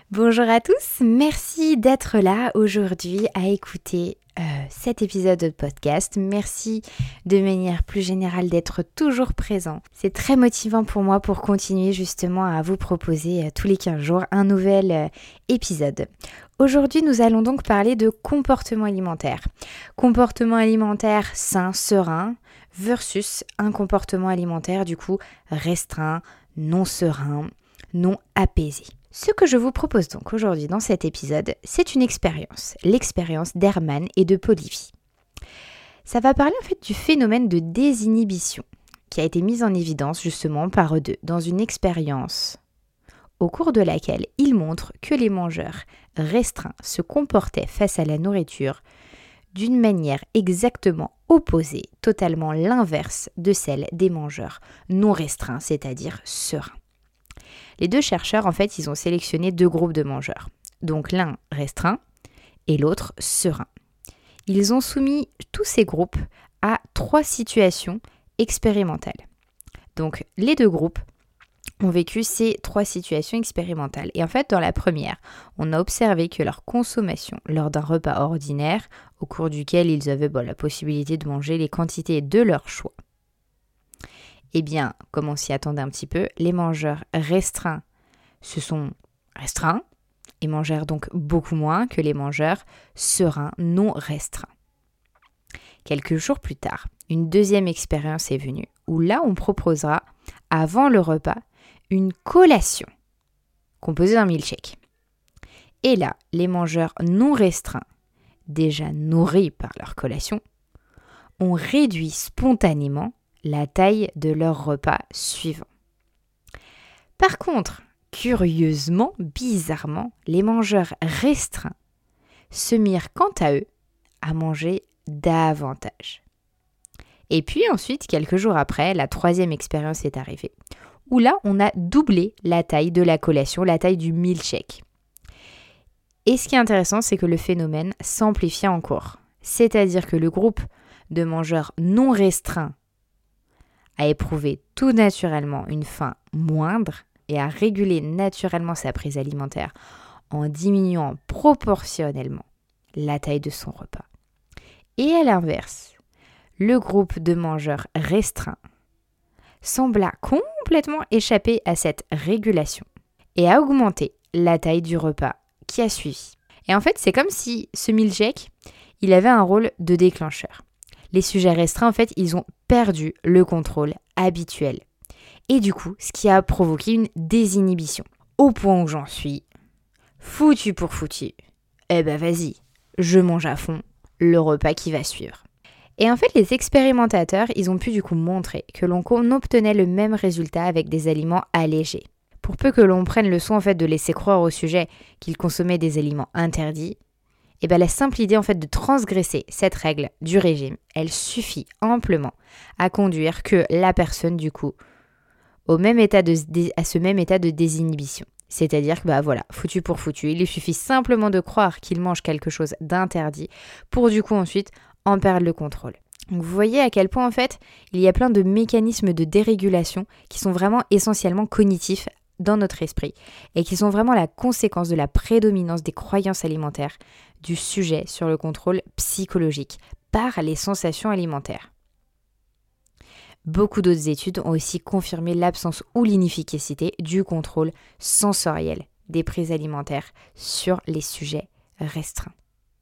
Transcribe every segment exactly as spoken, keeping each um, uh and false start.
Bonjour à tous, merci d'être là aujourd'hui à écouter euh, cet épisode de podcast. Merci de manière plus générale d'être toujours présent. C'est très motivant pour moi pour continuer justement à vous proposer euh, tous les quinze jours un nouvel euh, épisode. Aujourd'hui, nous allons donc parler de comportement alimentaire. Comportement alimentaire sain, serein versus un comportement alimentaire du coup restreint, non serein, non apaisé. Ce que je vous propose donc aujourd'hui dans cet épisode, c'est une expérience, l'expérience d'Hermann et de Polivy. Ça va parler en fait du phénomène de désinhibition qui a été mis en évidence justement par eux deux dans une expérience au cours de laquelle ils montrent que les mangeurs restreints se comportaient face à la nourriture d'une manière exactement opposée, totalement l'inverse de celle des mangeurs non restreints, c'est-à-dire sereins. Les deux chercheurs, en fait, ils ont sélectionné deux groupes de mangeurs. Donc l'un restreint et l'autre serein. Ils ont soumis tous ces groupes à trois situations expérimentales. Donc les deux groupes ont vécu ces trois situations expérimentales. Et en fait, dans la première, on a observé que leur consommation lors d'un repas ordinaire, au cours duquel ils avaient bon, la possibilité de manger les quantités de leur choix, eh bien, comme on s'y attendait un petit peu, les mangeurs restreints se sont restreints et mangèrent donc beaucoup moins que les mangeurs sereins non restreints. Quelques jours plus tard, une deuxième expérience est venue où là, on proposera, avant le repas, une collation composée d'un milkshake. Et là, les mangeurs non restreints, déjà nourris par leur collation, ont réduit spontanément la taille de leur repas suivant. Par contre, curieusement, bizarrement, les mangeurs restreints se mirent quant à eux à manger davantage. Et puis ensuite, quelques jours après, la troisième expérience est arrivée, où là, on a doublé la taille de la collation, la taille du milkshake. Et ce qui est intéressant, c'est que le phénomène s'amplifie encore. C'est-à-dire que le groupe de mangeurs non restreints a éprouvé tout naturellement une faim moindre et a régulé naturellement sa prise alimentaire en diminuant proportionnellement la taille de son repas. Et à l'inverse, le groupe de mangeurs restreints sembla complètement échapper à cette régulation et a augmenté la taille du repas qui a suivi. Et en fait, c'est comme si ce milkshake, il avait un rôle de déclencheur. Les sujets restreints, en fait, ils ont perdu le contrôle habituel. Et du coup, ce qui a provoqué une désinhibition. Au point où j'en suis, foutu pour foutu, eh ben vas-y, je mange à fond le repas qui va suivre. Et en fait, les expérimentateurs, ils ont pu du coup montrer que l'on obtenait le même résultat avec des aliments allégés. Pour peu que l'on prenne le soin en fait de laisser croire au sujet qu'ils consommaient des aliments interdits, et bien la simple idée en fait de transgresser cette règle du régime, elle suffit amplement à conduire que la personne du coup au même état de, à ce même état de désinhibition. C'est-à-dire que bah voilà, foutu pour foutu, il lui suffit simplement de croire qu'il mange quelque chose d'interdit pour du coup ensuite en perdre le contrôle. Donc vous voyez à quel point en fait il y a plein de mécanismes de dérégulation qui sont vraiment essentiellement cognitifs dans notre esprit et qui sont vraiment la conséquence de la prédominance des croyances alimentaires du sujet sur le contrôle psychologique par les sensations alimentaires. Beaucoup d'autres études ont aussi confirmé l'absence ou l'inefficacité du contrôle sensoriel des prises alimentaires sur les sujets restreints.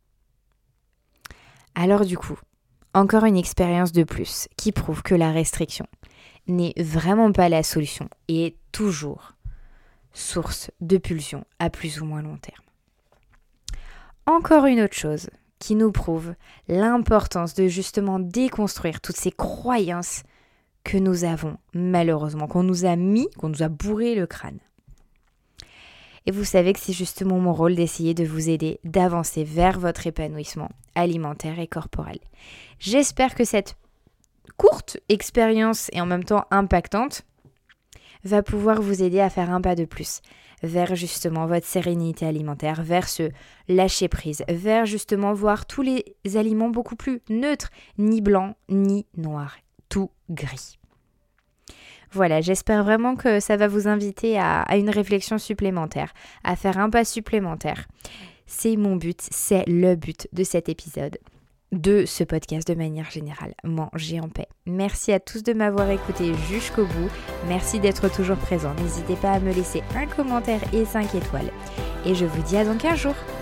Alors du coup, encore une expérience de plus qui prouve que la restriction n'est vraiment pas la solution et est toujours source de pulsions à plus ou moins long terme. Encore une autre chose qui nous prouve l'importance de justement déconstruire toutes ces croyances que nous avons malheureusement, qu'on nous a mis, qu'on nous a bourré le crâne. Et vous savez que c'est justement mon rôle d'essayer de vous aider d'avancer vers votre épanouissement alimentaire et corporel. J'espère que cette courte expérience et en même temps impactante va pouvoir vous aider à faire un pas de plus vers justement votre sérénité alimentaire, vers ce lâcher prise, vers justement voir tous les aliments beaucoup plus neutres, ni blancs, ni noirs, tout gris. Voilà, j'espère vraiment que ça va vous inviter à, à une réflexion supplémentaire, à faire un pas supplémentaire. C'est mon but, c'est le but de cet épisode, de ce podcast de manière générale. Mangez en paix. Merci à tous de m'avoir écouté jusqu'au bout. Merci d'être toujours présent. N'hésitez pas à me laisser un commentaire et cinq étoiles. Et je vous dis à dans quinze jours.